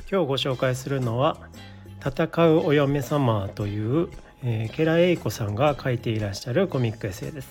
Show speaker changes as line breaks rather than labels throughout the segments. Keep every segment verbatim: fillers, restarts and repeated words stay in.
今日ご紹介するのは戦うお嫁様という、えー、ケラエイコさんが書いていらっしゃるコミックエッセイです。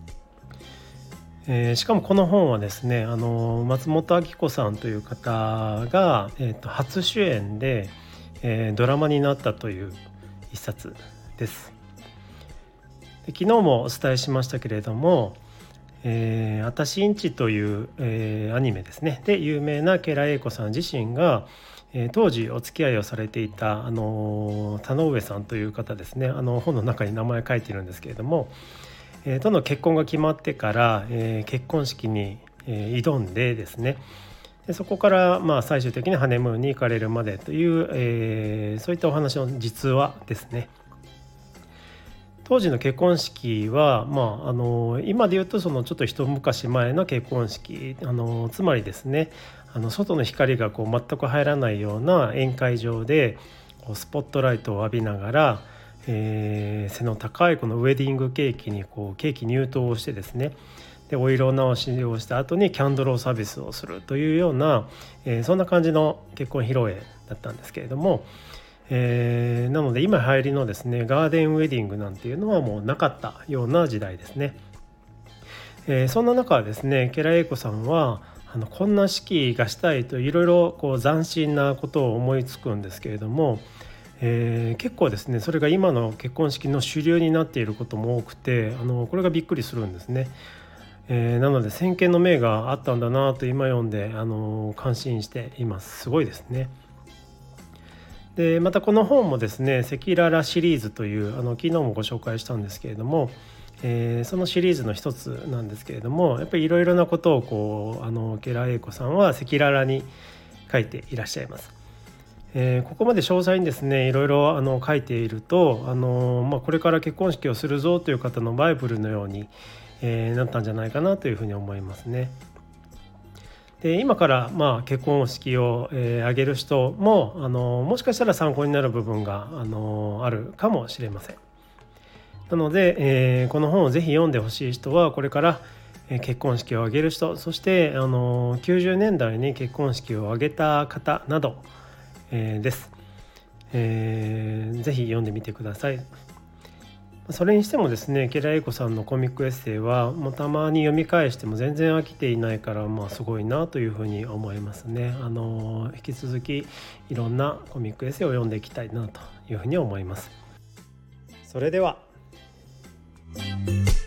えー、しかもこの本はですね、あの松本明子さんという方が、えー、と初主演で、えー、ドラマになったという一冊です。で昨日もお伝えしましたけれども、えー、あたしんちという、えー、アニメですねで有名なケラエイコさん自身が、えー、当時お付き合いをされていた、あの田上さんという方ですね、あの本の中に名前書いているんですけれども、えー、との結婚が決まってから、えー、結婚式に、えー、挑んでですね、でそこから、まあ、最終的にハネムーンに行かれるまでという、えー、そういったお話の実話ですね。当時の結婚式は、まあ、あの今で言うとそのちょっと一昔前の結婚式、あのつまりですね、あの外の光がこう全く入らないような宴会場でこうスポットライトを浴びながら、えー、背の高いこのウェディングケーキにこうケーキ入刀をしてですね、でお色直しをした後にキャンドルサービスをするというような、えー、そんな感じの結婚披露宴だったんですけれども、えー、なので今流行りのですねガーデンウェディングなんていうのはもうなかったような時代ですね。えー、そんな中ですね、ケラエイコさんはあのこんな式がしたいといろいろこう斬新なことを思いつくんですけれども、えー、結構ですねそれが今の結婚式の主流になっていることも多くて、あのこれがびっくりするんですね。えー、なので先見の明があったんだなと今読んで、あの感心しています。すごいですね。でまたこの本もですね赤裸々シリーズというあの昨日もご紹介したんですけれども、えー、そのシリーズの一つなんですけれども、やっぱりいろいろなことをこうあのケラエイコさんは赤裸々に書いていらっしゃいます。えー、ここまで詳細にですねいろいろあの書いていると、あの、まあ、これから結婚式をするぞという方のバイブルのように、えー、なったんじゃないかなというふうに思いますね。で今からまあ結婚式を、えー、挙げる人もあのもしかしたら参考になる部分があのあるかもしれません。なので、えー、この本をぜひ読んでほしい人はこれから結婚式を挙げる人、そしてあのきゅうじゅうねんだいに結婚式を挙げた方など、えー、です、えー、ぜひ読んでみてください。それにしてもですね、ケラエイコさんのコミックエッセイはもうたまに読み返しても全然飽きていないから、まあすごいなというふうに思いますね。あの引き続きいろんなコミックエッセイを読んでいきたいなというふうに思います。それでは。